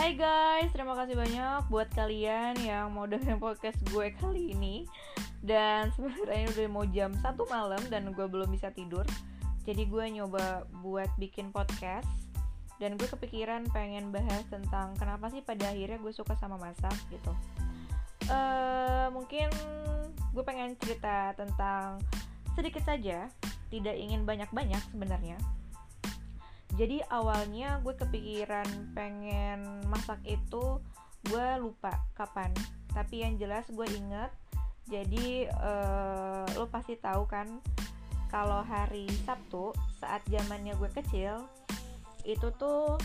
Hai guys, terima kasih banyak buat kalian yang mau dengerin podcast gue kali ini. Dan sebenarnya udah mau jam 1 malam dan gue belum bisa tidur. Jadi gue nyoba buat bikin podcast. Dan gue kepikiran pengen bahas tentang kenapa sih pada akhirnya gue suka sama masak gitu. Mungkin gue pengen cerita tentang sedikit saja, tidak ingin banyak-banyak sebenarnya. Jadi awalnya gue kepikiran pengen masak itu, gue lupa kapan. Tapi yang jelas gue inget. Jadi lo pasti tahu kan, kalau hari Sabtu saat zamannya gue kecil itu tuh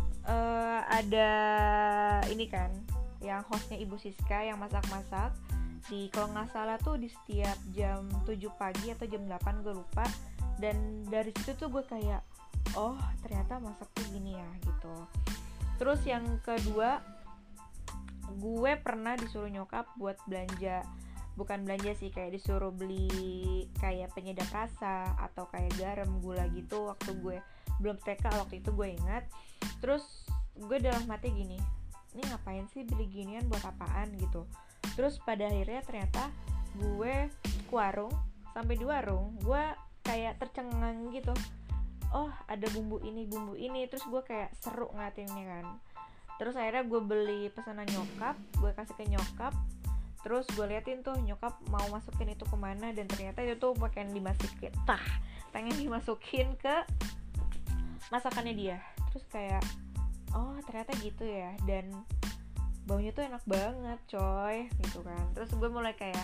ada ini kan, yang hostnya Ibu Siska yang masak-masak. Kalau nggak salah tuh di setiap jam 7 pagi atau jam 8, gue lupa. Dan dari situ tuh gue kayak, oh ternyata masak tuh gini ya gitu. Terus yang kedua, gue pernah disuruh nyokap buat belanja. Bukan belanja sih, kayak disuruh beli kayak penyedap rasa atau kayak garam, gula gitu. Waktu gue belum TK waktu itu, gue ingat. Terus gue dalam hati gini, ini ngapain sih beli ginian, buat apaan gitu. Terus pada akhirnya ternyata gue ke warung. Sampai di warung gue kayak tercengang gitu, oh ada bumbu ini, terus gue kayak seru ngeliatinnya kan. Terus akhirnya gue beli pesanan nyokap, gue kasih ke nyokap. Terus gue liatin tuh nyokap mau masukin itu kemana, dan ternyata itu tuh pengen dimasukin ke masakannya dia. Terus kayak, oh ternyata gitu ya, dan baunya tuh enak banget coy gitu kan. Terus gue mulai kayak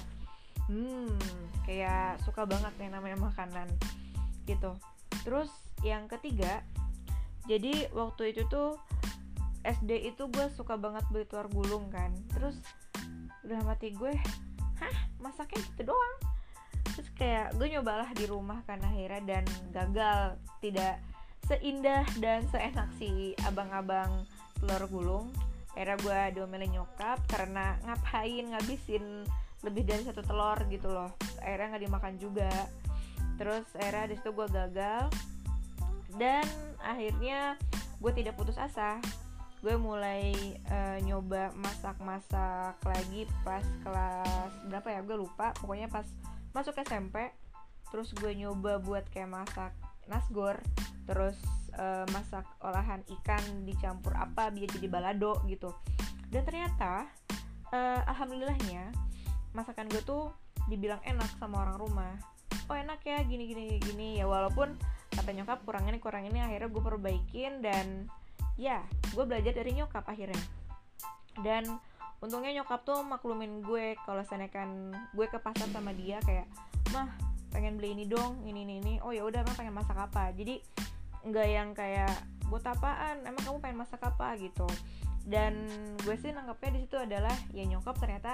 kayak suka banget yang namanya makanan gitu. Terus yang ketiga, jadi waktu itu tuh SD itu gue suka banget beli telur gulung kan. Terus udah mati gue, masaknya gitu doang. Terus kayak gue nyobalah di rumah kan akhirnya, dan gagal. Tidak seindah dan seenak si abang-abang telur gulung. Akhirnya gue diomelin nyokap karena ngapain ngabisin lebih dari 1 telur gitu loh. Akhirnya gak dimakan juga. Terus akhirnya disitu gue gagal. Dan akhirnya gue tidak putus asa. Gue mulai nyoba masak-masak lagi pas kelas berapa ya, gue lupa. Pokoknya pas masuk SMP. Terus gue nyoba buat kayak masak nasgor. Terus masak olahan ikan dicampur apa biar jadi balado gitu. Dan ternyata alhamdulillahnya masakan gue tuh dibilang enak sama orang rumah. Oh enak ya, gini. Ya walaupun kata nyokap kurang ini, akhirnya gue perbaikin. Dan ya gue belajar dari nyokap akhirnya. Dan untungnya nyokap tuh maklumin gue kalau misalnya kan gue ke pasar sama dia kayak, mah pengen beli ini dong, ini. Oh ya udah, emang pengen masak apa. Jadi nggak yang kayak buat apaan, emang kamu pengen masak apa gitu. Dan gue sih nanggapnya di situ adalah ya nyokap ternyata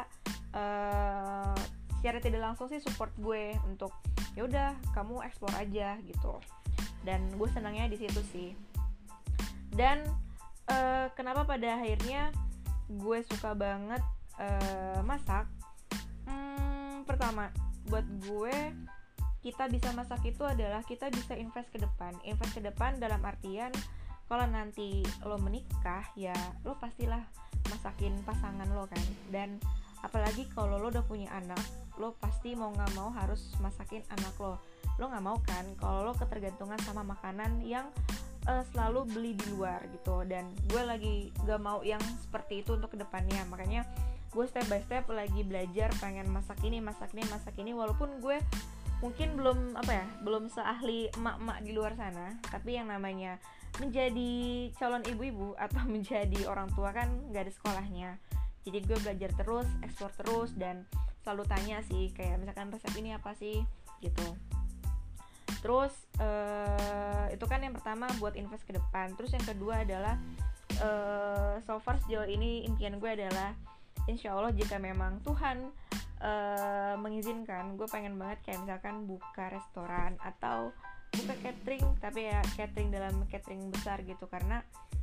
secara tidak langsung sih support gue untuk ya udah kamu explore aja gitu. Dan gue senangnya di situ sih. Dan kenapa pada akhirnya gue suka banget masak? Pertama, buat gue kita bisa masak itu adalah kita bisa invest ke depan. Invest ke depan dalam artian kalau nanti lo menikah ya lo pastilah masakin pasangan lo kan. Dan apalagi kalau lo udah punya anak, lo pasti mau gak mau harus masakin anak lo. Lo gak mau kan kalau lo ketergantungan sama makanan yang selalu beli di luar gitu. Dan gue lagi gak mau yang seperti itu untuk kedepannya. Makanya gue step by step lagi belajar pengen masak ini. Walaupun gue mungkin belum seahli emak-emak di luar sana. Tapi yang namanya menjadi calon ibu-ibu atau menjadi orang tua kan gak ada sekolahnya. Jadi gue belajar terus, explore terus, dan selalu tanya sih kayak misalkan resep ini apa sih gitu. Terus itu kan yang pertama buat invest ke depan. Terus yang kedua adalah so far sejauh ini impian gue adalah insya Allah jika memang Tuhan mengizinkan, gue pengen banget kayak misalkan buka restoran atau buka catering, tapi ya catering dalam catering besar gitu. Karena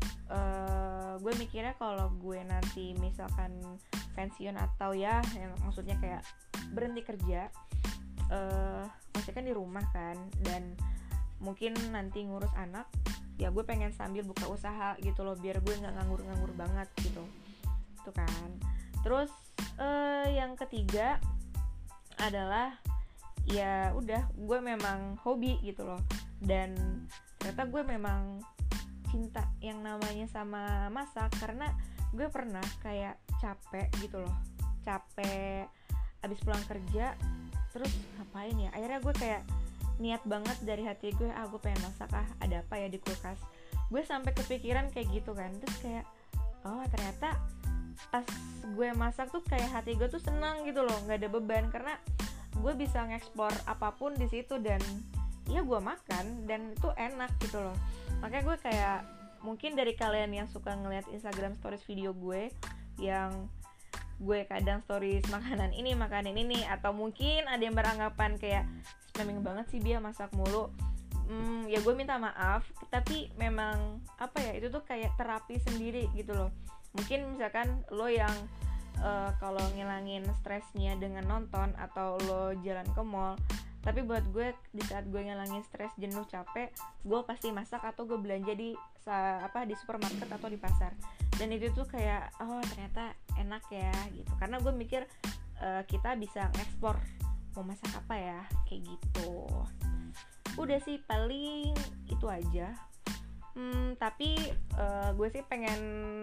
gue mikirnya kalau gue nanti misalkan pensiun atau ya maksudnya kayak berhenti kerja, masih kan di rumah kan, dan mungkin nanti ngurus anak, ya gue pengen sambil buka usaha gitu loh, biar gue nggak nganggur-nganggur banget gitu. Itu kan. Terus yang ketiga adalah ya udah, gue memang hobi gitu loh, dan ternyata gue memang cinta yang namanya sama masak. Karena gue pernah kayak capek gitu loh, capek abis pulang kerja, terus ngapain ya, akhirnya gue kayak niat banget dari hati gue, gue pengen masak, ada apa ya di kulkas. Gue sampai kepikiran kayak gitu kan. Terus kayak ternyata pas gue masak tuh kayak hati gue tuh senang gitu loh, nggak ada beban, karena gue bisa ngeksplor apapun di situ, dan ya gue makan dan itu enak gitu loh. Makanya gue kayak, mungkin dari kalian yang suka ngeliat Instagram stories video gue, yang gue kadang stories makanan ini atau mungkin ada yang beranggapan kayak spamming banget sih dia masak mulu, ya gue minta maaf, tapi memang apa ya, itu tuh kayak terapi sendiri gitu loh. Mungkin misalkan lo yang kalau ngilangin stresnya dengan nonton, atau lo jalan ke mall, tapi buat gue di saat gue ngilangin stres, jenuh, capek, gue pasti masak atau gue belanja di supermarket atau di pasar. Dan itu tuh kayak ternyata enak ya gitu, karena gue mikir kita bisa ngeksplor mau masak apa ya, kayak gitu. Udah sih, paling itu aja. Tapi gue sih pengen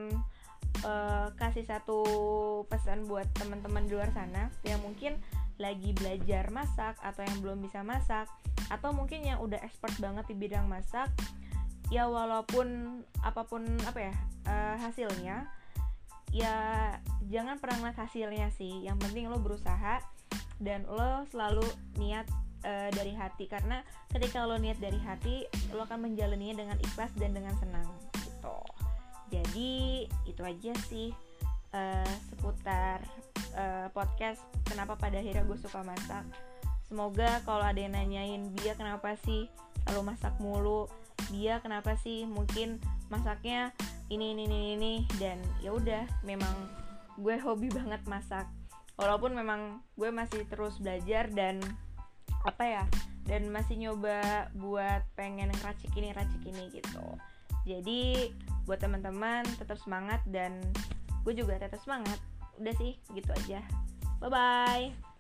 kasih satu pesan buat teman-teman di luar sana yang mungkin lagi belajar masak, atau yang belum bisa masak, atau mungkin yang udah expert banget di bidang masak. Ya walaupun apapun hasilnya, ya jangan pernah ngeliat hasilnya sih. Yang penting lo berusaha dan lo selalu niat dari hati, karena ketika lo niat dari hati, lo akan menjalaninya dengan ikhlas dan dengan senang gitu. Jadi itu aja sih seputar podcast kenapa pada akhirnya gue suka masak. Semoga kalau ada yang nanyain dia kenapa sih selalu masak mulu, dia kenapa sih mungkin masaknya ini, dan ya udah, memang gue hobi banget masak. Walaupun memang gue masih terus belajar dan dan masih nyoba buat pengen ngeracik ini gitu. Jadi buat teman-teman tetap semangat, dan gue juga tetap semangat. Udah sih, gitu aja. Bye bye.